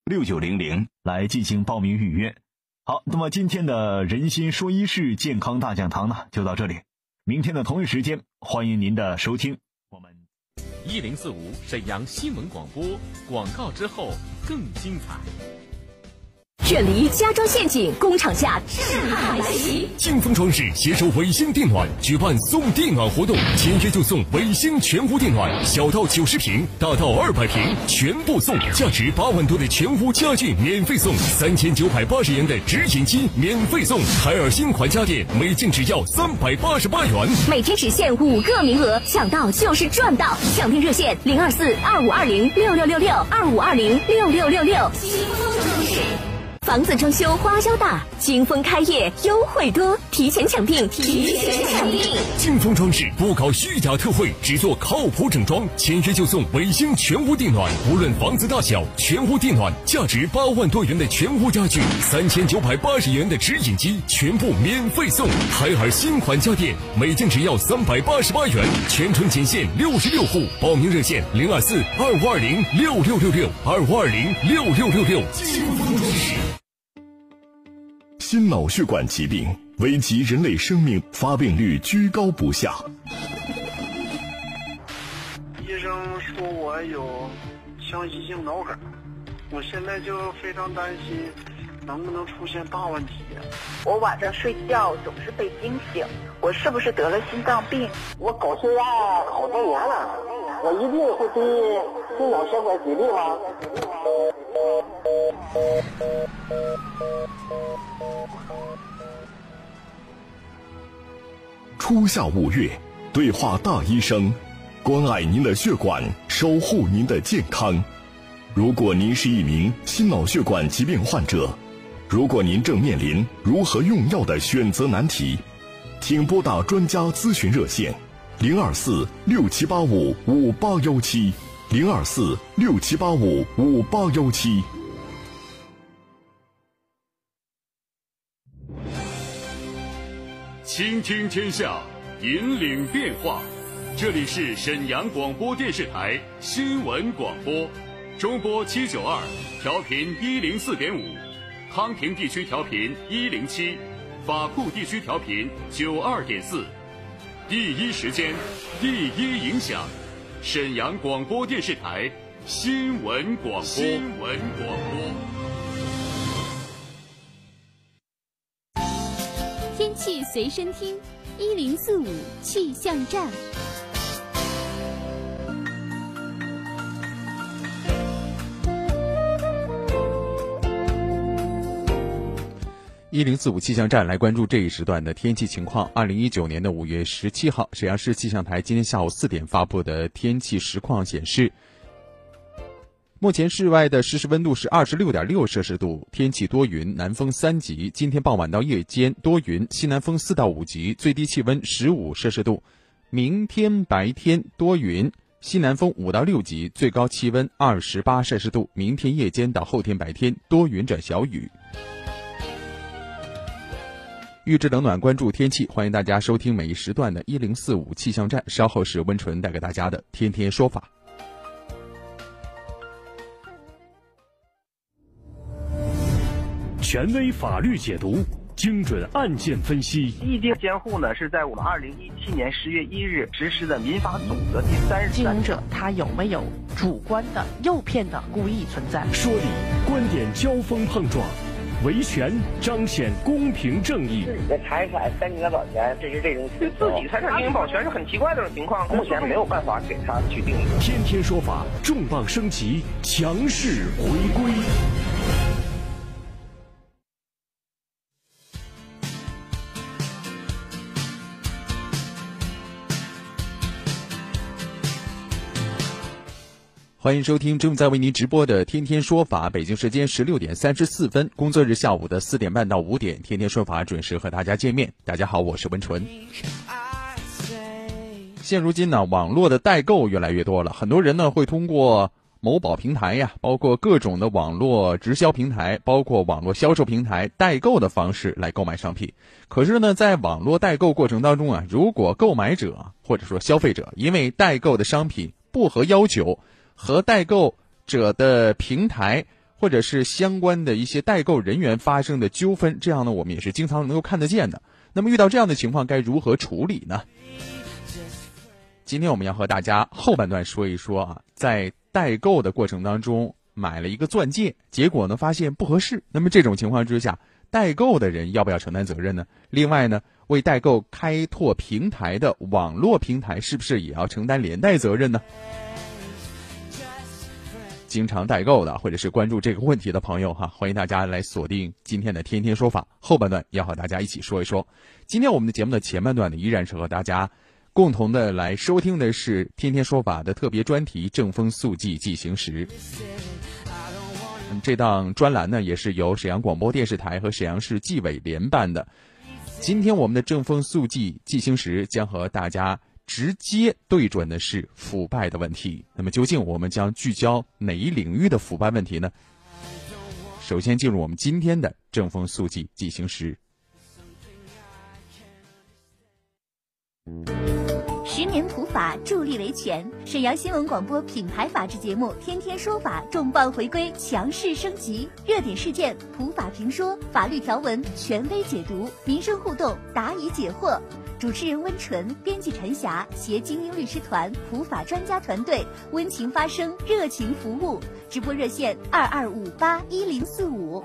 6900来进行报名预约。好，那么今天的人心说一事健康大讲堂呢就到这里，明天的同一时间欢迎您的收听。我们 1045沈阳新闻广播，广告之后更精彩。 远离家装陷阱，工厂价质海袭。 金风装饰携手伟星电暖举办送电暖活动，签约就送伟星全屋电暖，小到90平，大到200平，全部送。价值8万多的全屋家具免费送，3980元的直饮机免费送，海尔新款家电每件只要388元。 每天只限5个名额，抢到就是赚到。抢订热线02425206666，25206666。金风装饰。房子装修花销大，金风开业优惠多，提前抢订，提前抢订。 金风装饰不搞虚假特惠，只做靠谱整装，签约就送伟星全屋电暖，无论房子大小，全屋电暖，价值8万多元的全屋家具，3980元的直饮机，全部免费送。海尔新款家电每件只要388元，全程仅限66户，报名热线02425206666，25206666。金风装饰。心脑血管疾病危及人类生命，发病率居高不下。 医生说我有腔隙性脑梗，我现在就非常担心能不能出现大问题。 我晚上睡觉总是被惊醒，我是不是得了心脏病？ 我高血压好多年了，我一定会得心脑血管疾病吗？ 初夏5月，对话大医生，关爱您的血管，守护您的健康。如果您是一名心脑血管疾病患者，如果您正面临如何用药的选择难题，请拨打专家咨询热线024-6785-5817，024-6785-5817。 倾听天下，引领变化。这里是沈阳广播电视台新闻广播，中波792，调频104.5，康平地区调频107，法库地区调频92.4。第一时间，第一影响。沈阳广播电视台新闻广播。新闻广播。 天气随身听，1045气象站。 1045气象站来关注这一时段的天气情况。2019年5月17号，沈阳市气象台今天下午4点发布的天气实况显示，目前室外的实时温度是26.6摄氏度，天气多云，南风3级。今天傍晚到夜间多云，西南风4到5级，最低气温15摄氏度。明天白天多云，西南风5到6级，最高气温28摄氏度。明天夜间到后天白天多云转小雨。预知冷暖，关注天气，欢迎大家收听每一时段的1045气象站。稍后是温纯带给大家的天天说法。 权威法律解读，精准案件分析。 意定监护呢，是在我们2017年10月1日实施的民法总则第33条。 经营者他有没有主观的诱骗的故意存在？ 说理，观点交锋碰撞，维权彰显公平正义。 自己的财产3年保全，这是这种对自己财产进行保全是很奇怪的这种情况，目前没有办法给他去定义。 天天说法重磅升级，强势回归。 欢迎收听正在为您直播的天天说法，北京时间16点34分，工作日下午的4点半到5点，天天说法准时和大家见面。大家好，我是温纯。现如今呢，网络的代购越来越多了，很多人呢会通过某宝平台呀，包括各种的网络直销平台，包括网络销售平台代购的方式来购买商品。可是呢，在网络代购过程当中啊，如果购买者或者说消费者因为代购的商品不合要求，和代购者的平台或者是相关的一些代购人员发生的纠纷，这样呢我们也是经常能够看得见的。那么遇到这样的情况该如何处理呢？今天我们要和大家后半段说一说啊，在代购的过程当中买了一个钻戒，结果呢发现不合适，那么这种情况之下，代购的人要不要承担责任呢？另外呢，为代购开拓平台的网络平台是不是也要承担连带责任呢？经常代购的或者是关注这个问题的朋友欢迎大家来锁定今天的天天说法，后半段要和大家一起说一说。今天我们的节目的前半段呢，依然是和大家共同的来收听的是天天说法的特别专题正风肃纪纪行时。这档专栏呢，也是由沈阳广播电视台和沈阳市纪委联办的。今天我们的正风肃纪纪行时将和大家直接对准的是腐败的问题。那么究竟我们将聚焦哪一领域的腐败问题呢？首先进入我们今天的正风肃纪纪行时。 10年普法助力维权，沈阳新闻广播品牌法治节目《天天说法》重磅回归，强势升级，热点事件普法评说，法律条文权威解读，民生互动答疑解惑。主持人温纯，编辑陈霞，携精英律师团、普法专家团队，温情发声，热情服务。直播热线22581045。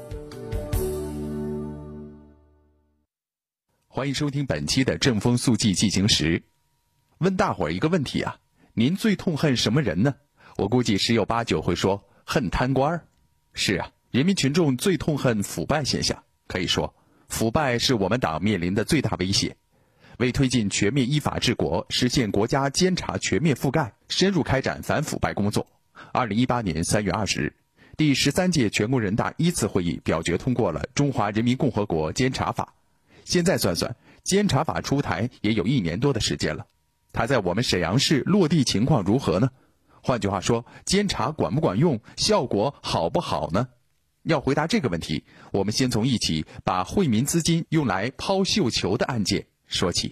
欢迎收听本期的正风肃纪纪行时。问大伙儿一个问题啊，您最痛恨什么人呢？我估计十有八九会说恨贪官。是啊，人民群众最痛恨腐败现象。可以说，腐败是我们党面临的最大威胁。为推进全面依法治国，实现国家监察全面覆盖，深入开展反腐败工作，2018年3月20日，第13届全国人大1次会议表决通过了《中华人民共和国监察法》。现在算算，监察法出台也有1年多的时间了。它在我们沈阳市落地情况如何呢？换句话说，监察管不管用，效果好不好呢？要回答这个问题，我们先从一起把惠民资金用来抛绣球的案件说起。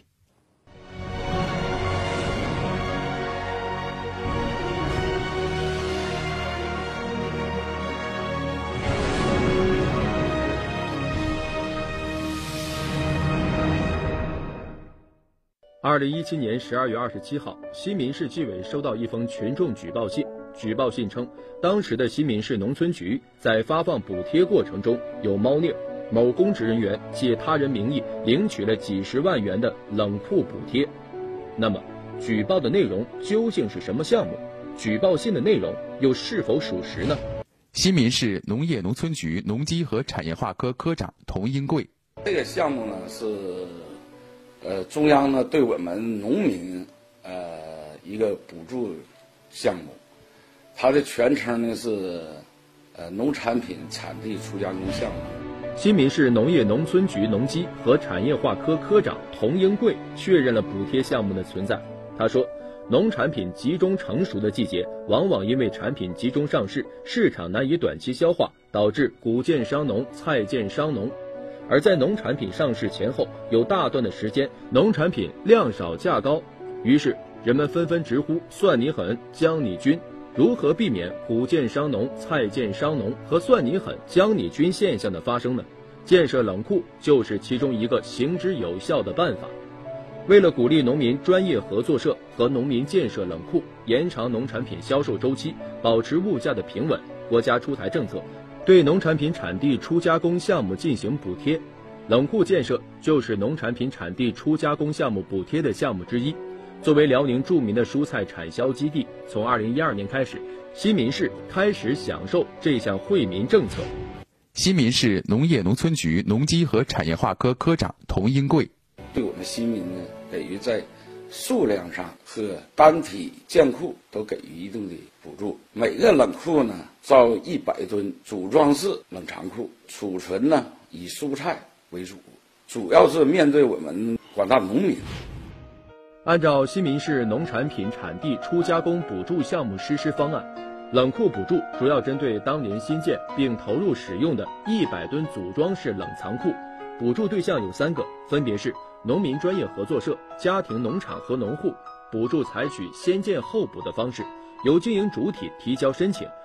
2017年12月27号，新民市纪委收到一封群众举报信。举报信称，当时的新民市农村局在发放补贴过程中有猫腻，某公职人员借他人名义领取了几十万元的冷库补贴。那么，举报的内容究竟是什么项目？举报信的内容又是否属实呢？ 新民市农业农村局农机和产业化科科长童英贵， 这个项目呢是中央呢对我们农民一个补助项目，它的全称呢是农产品产地初加工项目。 新民市农业农村局农机和产业化科科长童英贵确认了补贴项目的存在。他说，农产品集中成熟的季节，往往因为产品集中上市，市场难以短期消化，导致谷贱伤农、菜贱伤农。而在农产品上市前后有大段的时间，农产品量少价高，于是人们纷纷直呼算你狠，将你军。如何避免谷贱伤农、菜贱伤农和算你狠、将你军现象的发生呢？建设冷库就是其中一个行之有效的办法。为了鼓励农民专业合作社和农民建设冷库，延长农产品销售周期，保持物价的平稳，国家出台政策，对农产品产地初加工项目进行补贴。冷库建设就是农产品产地初加工项目补贴的项目之一。作为辽宁著名的蔬菜产销基地，从2012年开始，新民市开始享受这项惠民政策。 新民市农业农村局农机和产业化科科长童英贵， 对我们新民呢，给予在数量上和单体建库都给予一定的补助。每个冷库呢造100吨组装式冷藏库，储存呢以蔬菜为主，主要是面对我们广大农民。 按照新民市农产品产地初加工补助项目实施方案，冷库补助主要针对当年新建并投入使用的100吨组装式冷藏库，补助对象有3个，分别是农民专业合作社、家庭农场和农户。补助采取先建后补的方式，由经营主体提交申请，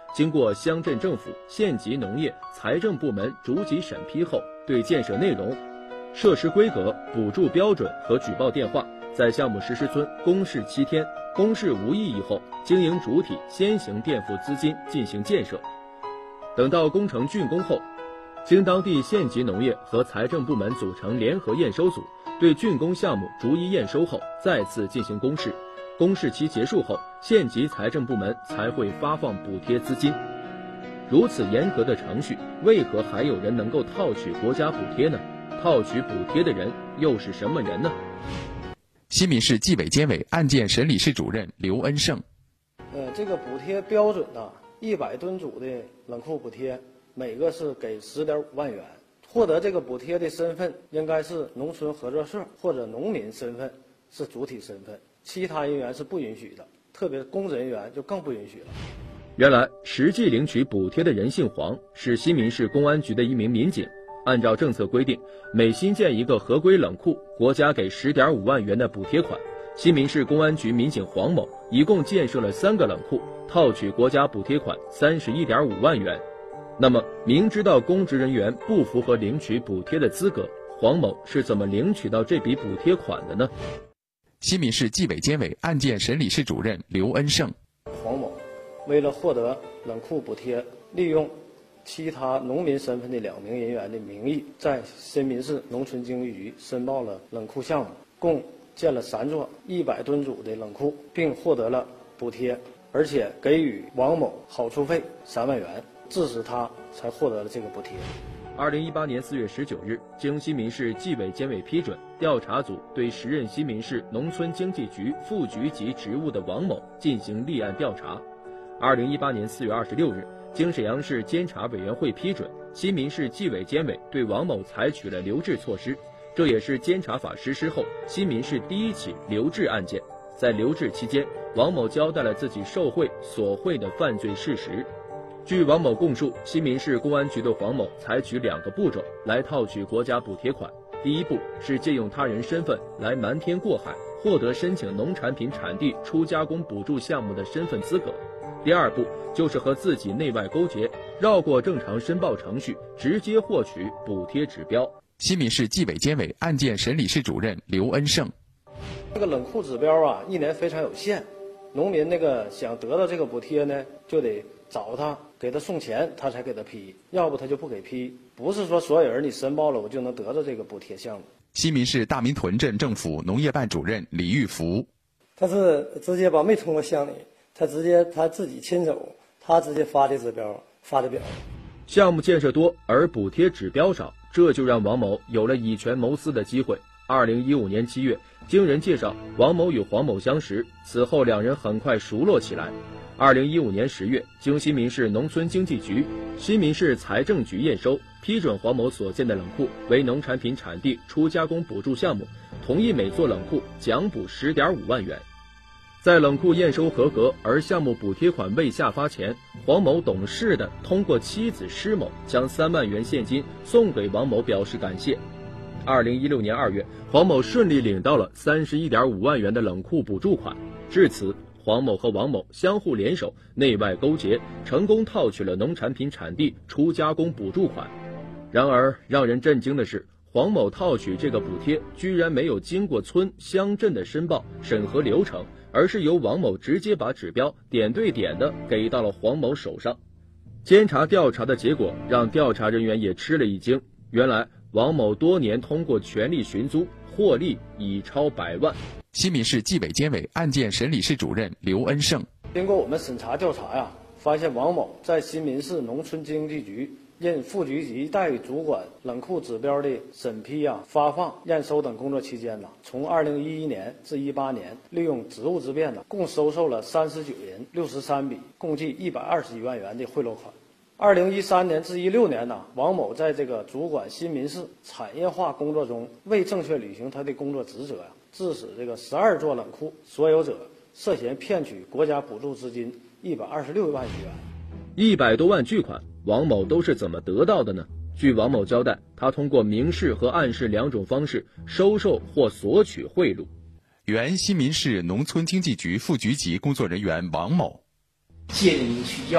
经过乡镇政府、县级农业、财政部门逐级审批后，对建设内容、设施规格、补助标准和举报电话，在项目实施村公示7天，公示无异议后，经营主体先行垫付资金进行建设。等到工程竣工后，经当地县级农业和财政部门组成联合验收组，对竣工项目逐一验收后，再次进行公示。公示期结束后，县级财政部门才会发放补贴资金。如此严格的程序，为何还有人能够套取国家补贴呢？套取补贴的人又是什么人呢？ 西敏市纪委监委案件审理室主任刘恩胜。 这个补贴标准呢，100吨组的冷库补贴，每个是给10.5万元。获得这个补贴的身份应该是农村合作社或者农民身份是主体身份，其他人员是不允许的，特别公职人员就更不允许了。 原来实际领取补贴的人姓黄，是西敏市公安局的一名民警。按照政策规定，每新建一个合规冷库，国家给10.5万元的补贴款。西敏市公安局民警黄某一共建设了3个冷库，套取国家补贴款31.5万元。那么，明知道公职人员不符合领取补贴的资格，黄某是怎么领取到这笔补贴款的呢？ 西敏市纪委监委案件审理室主任刘恩胜。 黄某为了获得冷库补贴，利用其他农民身份的2名人员的名义，在新民市农村经济局申报了冷库项目，共建了3座100吨组的冷库，并获得了补贴，而且给予王某好处费3万元，致使他才获得了这个补贴。 2018年4月19日，经西敏市纪委监委批准，调查组对时任西敏市农村经济局副局级职务的王某进行立案调查。2018年4月26日，经沈阳市监察委员会批准，西敏市纪委监委对王某采取了留置措施，这也是监察法实施后西敏市第1起留置案件。在留置期间，王某交代了自己受贿索贿的犯罪事实。据王某供述，西敏市公安局的黄某采取2个步骤来套取国家补贴款。第一步是借用他人身份来瞒天过海，获得申请农产品产地初加工补助项目的身份资格。第2步就是和自己内外勾结，绕过正常申报程序，直接获取补贴指标。 西敏市纪委监委案件审理室主任刘恩胜。 这个冷库指标啊，1年非常有限，农民想得到这个补贴呢，就得找他给他送钱，他才给他批，要不他就不给批。不是说所有人你申报了我就能得到这个补贴项目。 西敏市大明屯镇政府农业办主任李玉福。 他是直接没通过乡里，他自己亲手，他直接发的指标发的表。 项目建设多而补贴指标少，这就让王某有了以权谋私的机会。2015年7月，经人介绍，王某与黄某相识，此后2人很快熟络起来。2015年10月，经西敏市农村经济局、西敏市财政局验收，批准黄某所建的冷库为农产品产地初加工补助项目，同意每座冷库奖补10.5万元。在冷库验收合格而项目补贴款未下发前，黄某懂事地通过妻子施某将3万元现金送给王某表示感谢。2016年2月，黄某顺利领到了31.5万元的冷库补助款。至此，黄某和王某相互联手，内外勾结，成功套取了农产品产地初加工补助款。然而，让人震惊的是，黄某套取这个补贴居然没有经过村乡镇的申报审核流程，而是由王某直接把指标点对点的给到了黄某手上。监察调查的结果让调查人员也吃了一惊，原来王某多年通过权力寻租，获利已超100万。 西敏市纪委监委案件审理室主任刘恩胜。 经过我们审查调查呀，发现王某在新民市农村经济局任副局级代理主管冷库指标的审批发放、验收等工作期间从2011年至18年，利用职务之便共收受了39人63笔，共计121万元的贿赂款。2013年至16年王某在这个主管新民市产业化工作中未正确履行他的工作职责致使这个12座冷库所有者涉嫌骗取国家补助资金126万余元。 100多万巨款，王某都是怎么得到的呢？据王某交代，他通过明示和暗示2种方式收受或索取贿赂。 原西敏市农村经济局副局级工作人员王某。 借着一个去要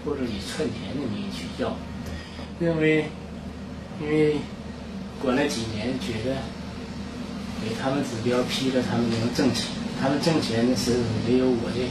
或者以赚钱的名义去要，因为管了几年，觉得给他们指标批了，他们能挣钱。他们挣钱的时候没有我的，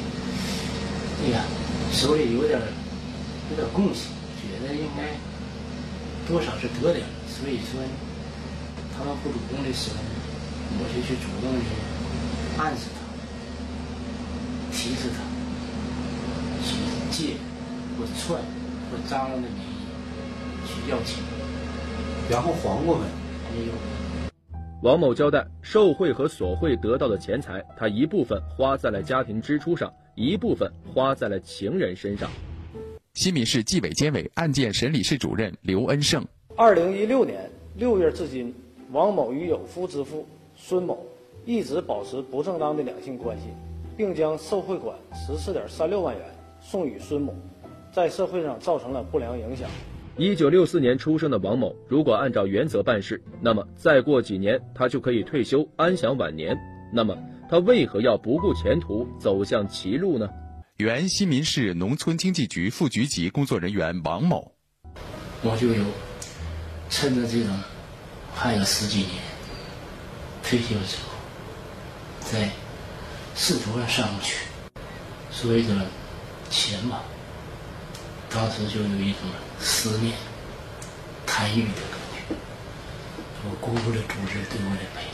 手里有点贡献，觉得应该多少是得点，所以说他们不主动的时候，我就去主动的暗示他，提示他，去借或串或张罗的名义去要钱， 然后还过没？ 没有。 王某交代，受贿和索贿得到的钱财，他一部分花在了家庭支出上，一部分花在了情人身上。 新民市纪委监委案件审理室主任刘恩胜 ，2016年6月至今，王某与有夫之妇孙某一直保持不正当的两性关系，并将受贿款14.36万元送与孙某，在社会上造成了不良影响。 1964年出生的王某，如果按照原则办事，那么再过几年他就可以退休安享晚年。那么他为何要不顾前途走向歧路呢？ 原新民市农村经济局副局级工作人员王某， 我就有趁着这种还有10几年退休之后，在仕途上上不去，所以说钱嘛，当时就有一种思念、贪欲的感觉。我辜负了组织对我的培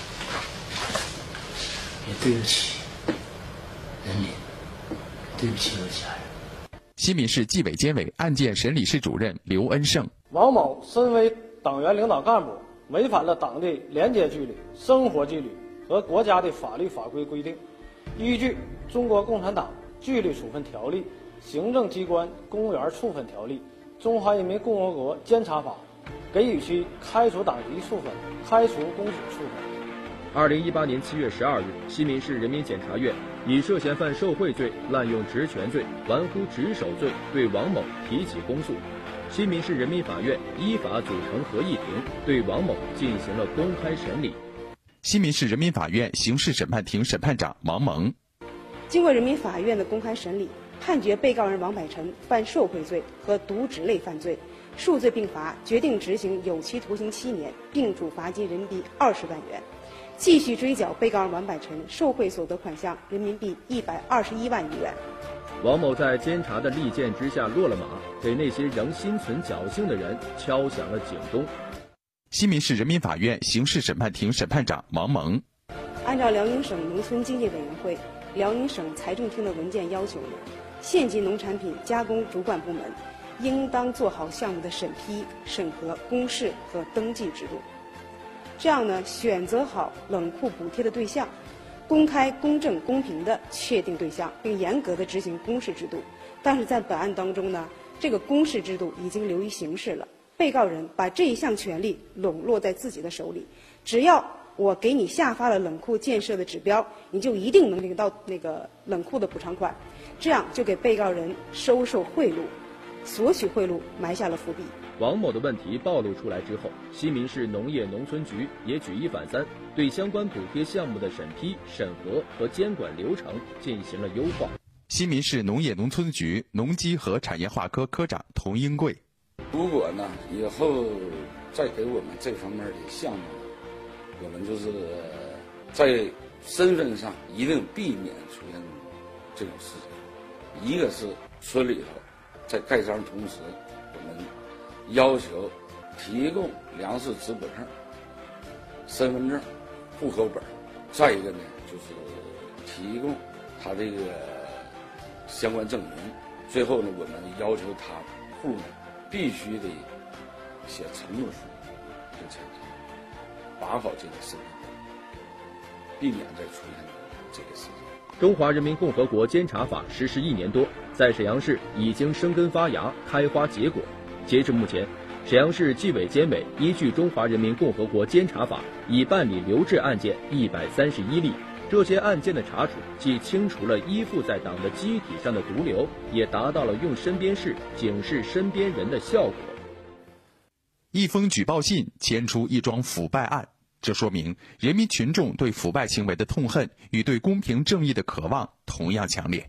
养，也对不起人民，对不起我家人。 新民市纪委监委案件审理室主任刘恩胜， 王某身为党员领导干部，违反了党的廉洁纪律、生活纪律和国家的法律法规规定，依据《中国共产党纪律处分条例》、《行政机关公务员处分条例》、《中华人民共和国监察法》，给予其开除党籍处分、开除公职处分。 2018年7月12日，新民市人民检察院以涉嫌犯受贿罪、滥用职权罪、玩忽职守罪对王某提起公诉。新民市人民法院依法组成合议庭，对王某进行了公开审理。 新民市人民法院刑事审判庭审判长王蒙， 经过人民法院的公开审理，判决被告人王百臣犯受贿罪和渎职类犯罪，数罪并罚，决定执行有期徒刑7年，并处罚金人民币20万元，继续追缴被告人王百臣受贿所得款项人民币121万余元。 王某在监察的利剑之下落了马，给那些仍心存侥幸的人敲响了警钟。 新民市人民法院刑事审判庭审判长王蒙， 按照辽宁省农村经济委员会、辽宁省财政厅的文件要求呢，县级农产品加工主管部门应当做好项目的审批、审核、公示和登记制度。这样呢，选择好冷库补贴的对象，公开、公正、公平地确定对象，并严格地执行公示制度。但是在本案当中呢，这个公示制度已经流于形式了。被告人把这一项权利笼络在自己的手里，只要我给你下发了冷库建设的指标，你就一定能领到那个冷库的补偿款，这样就给被告人收受贿赂、索取贿赂埋下了伏笔。 王某的问题暴露出来之后，新民市农业农村局也举一反三，对相关补贴项目的审批、审核和监管流程进行了优化。 新民市农业农村局农机和产业化科科长童英贵， 如果呢以后再给我们这方面的项目，我们就是在身份上一定避免出现这种事情。一个是村里头在盖章同时，我们要求提供粮食资本证、身份证、户口本，再一个呢就是提供他这个相关证明。最后呢，我们要求他户呢必须得写承诺书，并且把好这个身份证，避免再出现这个事情。 中华人民共和国监察法实施1年多，在沈阳市已经生根发芽、开花结果。截至目前，沈阳市纪委监委依据中华人民共和国监察法，已办理留置案件131例。这些案件的查处，既清除了依附在党的机体上的毒瘤，也达到了用身边事警示身边人的效果。 一封举报信牵出一桩腐败案，这说明人民群众对腐败行为的痛恨与对公平正义的渴望同样强烈。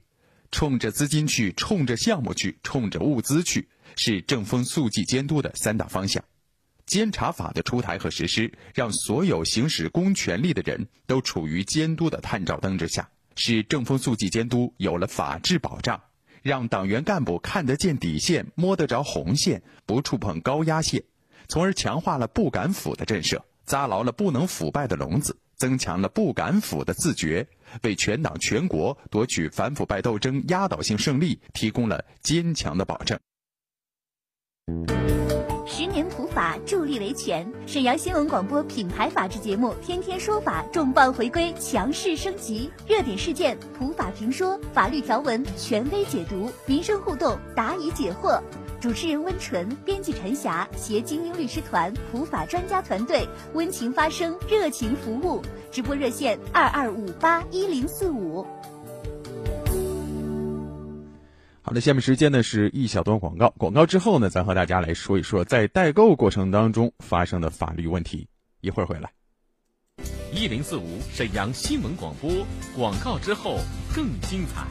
冲着资金去，冲着项目去，冲着物资去，是正风肃纪监督的3大方向。监察法的出台和实施，让所有行使公权力的人都处于监督的探照灯之下，使正风肃纪监督有了法治保障，让党员干部看得见底线，摸得着红线，不触碰高压线，从而强化了不敢腐的震慑，扎牢了不能腐败的笼子，增强了不敢腐的自觉，为全党全国夺取反腐败斗争压倒性胜利提供了坚强的保证。 10年普法助力维权，沈阳新闻广播品牌法制节目《天天说法》重磅回归，强势升级，热点事件普法评说，法律条文权威解读，民生互动答疑解惑。主持人温纯，编辑陈霞，携精英律师团、普法专家团队，温情发声，热情服务。直播热线22581045。 好的，下面时间呢是一小段广告，广告之后呢，咱和大家来说一说在代购过程当中发生的法律问题。一会儿回来。 1045沈阳新闻广播，广告之后更精彩。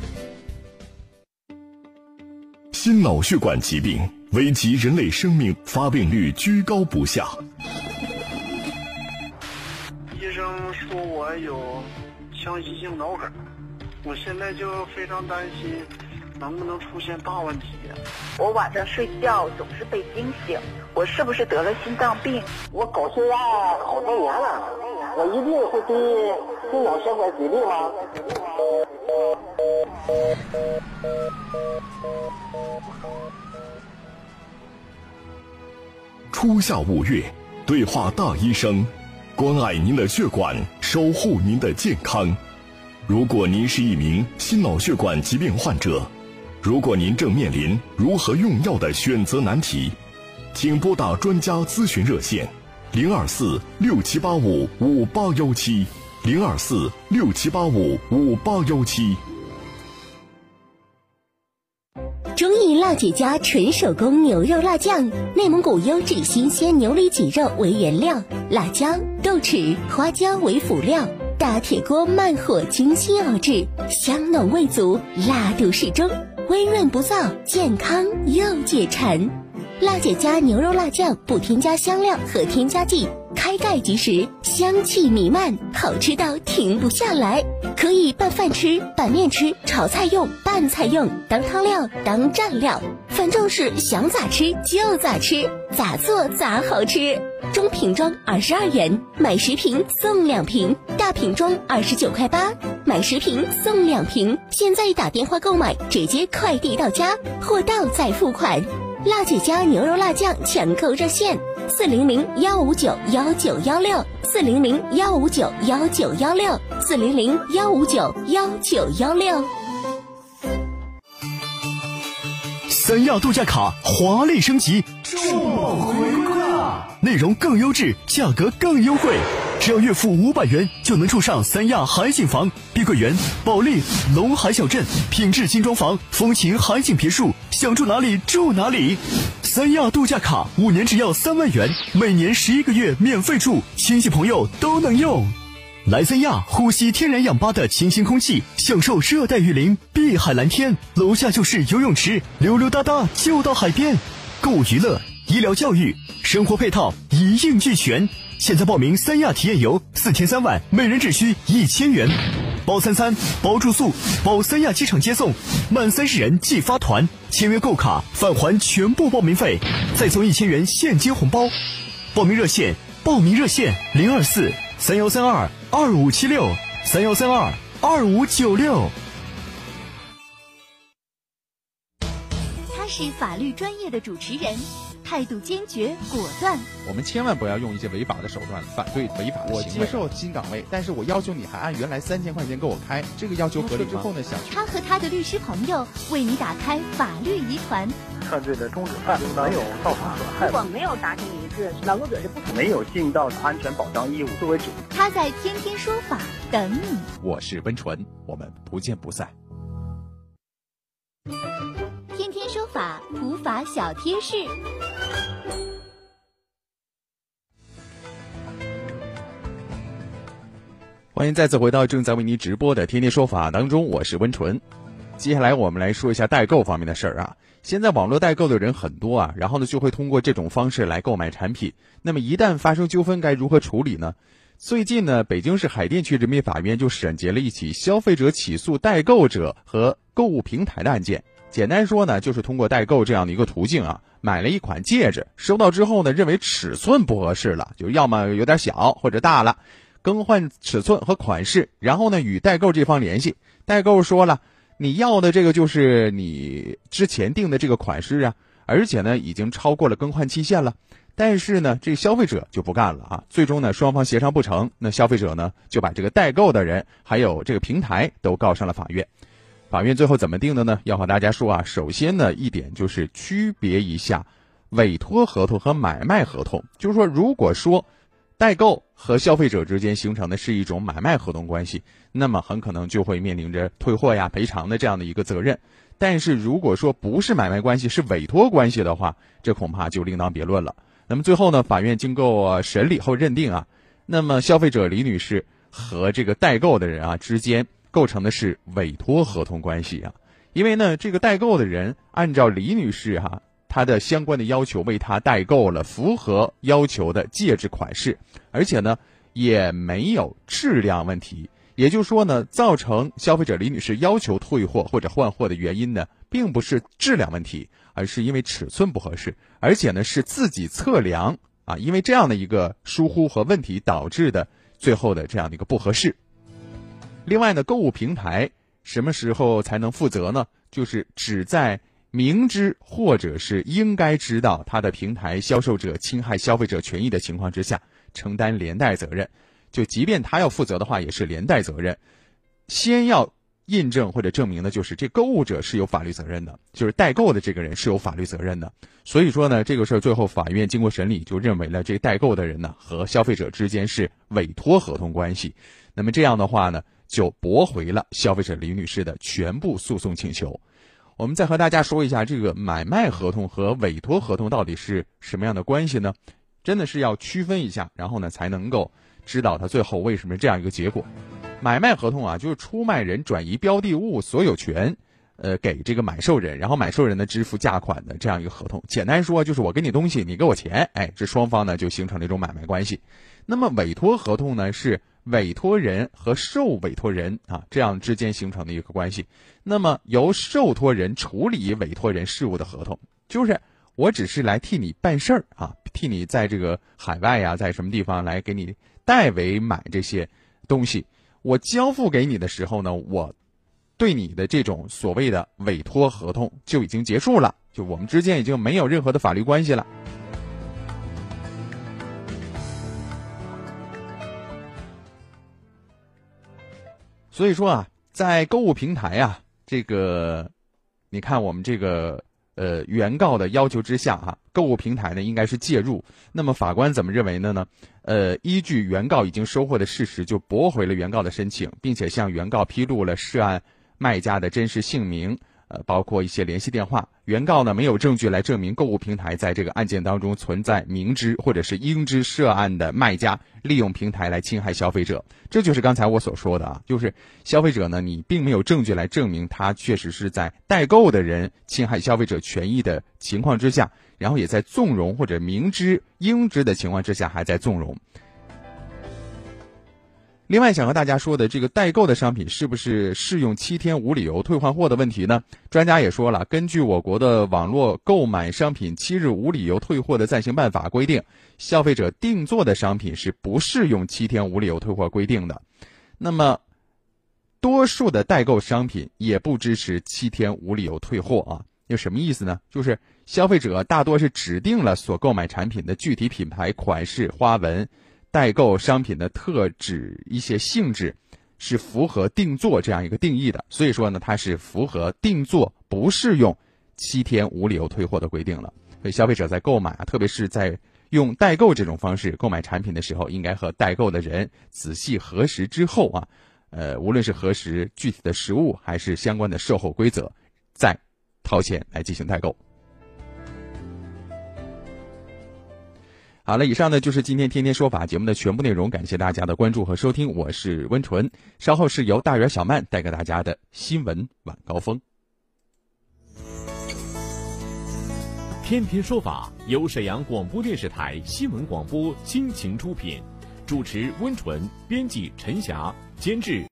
心脑血管疾病危及人类生命，发病率居高不下。 医生说我有强袭性脑梗，我现在就非常担心能不能出现大问题。 我晚上睡觉总是被惊醒，我是不是得了心脏病？ 我高血压好多年了，我一定会得心脑血管疾病吗？ 初夏5月，对话大医生，关爱您的血管，守护您的健康。如果您是一名心脑血管疾病患者，如果您正面临如何用药的选择难题，请拨打专家咨询热线024-6785-5817 024-6785-5817。 中意辣姐家纯手工牛肉辣酱，内蒙古优质新鲜牛里脊肉为原料，辣椒、豆豉、花椒为辅料，大铁锅慢火精心熬制，香浓味足，辣度适中，温润不燥，健康又解馋。辣姐家牛肉辣酱不添加香料和添加剂，开盖即食，香气弥漫，好吃到停不下来。可以拌饭吃，拌面吃，炒菜用，拌菜用，当汤料，当蘸料，反正是想咋吃就咋吃，咋做咋好吃。中瓶装22元，买10瓶送2瓶，大瓶装29.8块，买10瓶送2瓶。现在打电话购买，直接快递到家，货到再付款。辣姐家牛肉辣酱抢购热线400-159-1916 400-159-1916 400-159-1916。 三亚度假卡华丽升级，重磅回归啦！内容更优质，价格更优惠，只要月付500元就能住上三亚海景房、碧桂园、保利、龙海小镇，品质精装房，风情海景别墅，想住哪里住哪里。三亚度假卡5年只要3万元，每年11个月免费住，亲戚朋友都能用。来三亚呼吸天然氧吧的清新空气，享受热带雨林、碧海蓝天，楼下就是游泳池，溜溜达达就到海边。购物娱乐、医疗教育、生活配套一应俱全。现在报名三亚体验游，4天3晚，每人只需1000元，包餐，包住宿，包三亚机场接送，满30人即发团，签约购卡返还全部报名费，再送1000元现金红包。报名热线024-3132-2576 3132-2596。 他是法律专业的主持人，态度坚决果断。 我们千万不要用一些违法的手段反对违法的行为。 我接受新岗位，但是我要求你还按原来3000块钱给我开，这个要求合理吗？之后呢， 他和他的律师朋友为你打开法律疑团。 犯罪的终止犯没有造成损害， 如果没有达成一致，劳动者是不可能没有尽到安全保障义务作为主。 他在天天说法等你。 我是温纯，我们不见不散。 天天说法，普法小贴士。 欢迎再次回到正在为您直播的天天说法当中，我是温纯。 接下来我们来说一下代购方面的事儿啊。现在网络代购的人很多啊，然后呢就会通过这种方式来购买产品。那么一旦发生纠纷，该如何处理呢？最近呢，北京市海淀区人民法院就审结了一起消费者起诉代购者和购物平台的案件。简单说呢，就是通过代购这样的一个途径啊，买了一款戒指，收到之后呢，认为尺寸不合适了，就要么有点小或者大了，更换尺寸和款式，然后呢与代购这方联系。代购说了，你要的这个就是你之前定的这个款式啊，而且呢已经超过了更换期限了。但是呢这消费者就不干了啊，最终呢双方协商不成，那消费者呢就把这个代购的人还有这个平台都告上了法院。法院最后怎么定的呢？要和大家说啊，首先呢一点就是区别一下委托合同和买卖合同。就是说，如果说代购和消费者之间形成的是一种买卖合同关系，那么很可能就会面临着退货呀、赔偿的这样的一个责任。但是如果说不是买卖关系，是委托关系的话，这恐怕就另当别论了。那么最后呢，法院经过审理后认定啊，那么消费者李女士和这个代购的人啊之间构成的是委托合同关系啊。因为呢这个代购的人按照李女士她的相关的要求为她代购了符合要求的戒指款式，而且呢也没有质量问题。也就是说呢，造成消费者李女士要求退货或者换货的原因呢，并不是质量问题，而是因为尺寸不合适，而且呢是自己测量啊，因为这样的一个疏忽和问题导致的最后的这样的一个不合适。另外呢，购物平台什么时候才能负责呢？就是只在明知或者是应该知道他的平台销售者侵害消费者权益的情况之下，承担连带责任。就即便他要负责的话，也是连带责任。先要印证或者证明的就是这购物者是有法律责任的，就是代购的这个人是有法律责任的。所以说呢，这个事儿最后法院经过审理就认为了这代购的人呢和消费者之间是委托合同关系。那么这样的话呢，就驳回了消费者李女士的全部诉讼请求。我们再和大家说一下这个买卖合同和委托合同到底是什么样的关系呢？真的是要区分一下，然后呢才能够知道它最后为什么这样一个结果。买卖合同啊，就是出卖人转移标的物所有权给这个买受人，然后买受人呢支付价款的这样一个合同。简单说就是我给你东西，你给我钱，这双方呢就形成了一种买卖关系。那么委托合同呢，是委托人和受委托人啊这样之间形成的一个关系。那么由受托人处理委托人事务的合同，就是我只是来替你办事儿啊，替你在这个海外呀，在什么地方来给你代为买这些东西。我交付给你的时候呢，我对你的这种所谓的委托合同就已经结束了，就我们之间已经没有任何的法律关系了。所以说啊，在购物平台啊，这个你看我们这个原告的要求之下购物平台呢应该是介入。那么法官怎么认为的呢？依据原告已经收货的事实，就驳回了原告的申请，并且向原告披露了涉案卖家的真实姓名，包括一些联系电话。原告呢没有证据来证明购物平台在这个案件当中存在明知或者是应知涉案的卖家利用平台来侵害消费者。这就是刚才我所说的啊，就是消费者呢你并没有证据来证明他确实是在代购的人侵害消费者权益的情况之下，然后也在纵容或者明知应知的情况之下还在纵容。另外想和大家说的，这个代购的商品是不是适用7天无理由退换货的问题呢？专家也说了，根据我国的网络购买商品7日无理由退货的暂行办法规定，消费者定做的商品是不适用7天无理由退货规定的。那么多数的代购商品也不支持7天无理由退货啊。有什么意思呢？就是消费者大多是指定了所购买产品的具体品牌、款式、花纹，代购商品的特指一些性质是符合定做这样一个定义的，所以说呢它是符合定做不适用7天无理由退货的规定了。所以消费者在购买特别是在用代购这种方式购买产品的时候，应该和代购的人仔细核实之后无论是核实具体的实物还是相关的售后规则，再掏钱来进行代购。好了，以上呢就是今天天天说法节目的全部内容，感谢大家的关注和收听，我是温纯，稍后是由大圆小曼带给大家的新闻晚高峰。 天天说法由沈阳广播电视台新闻广播倾情出品，主持温纯，编辑陈霞，监制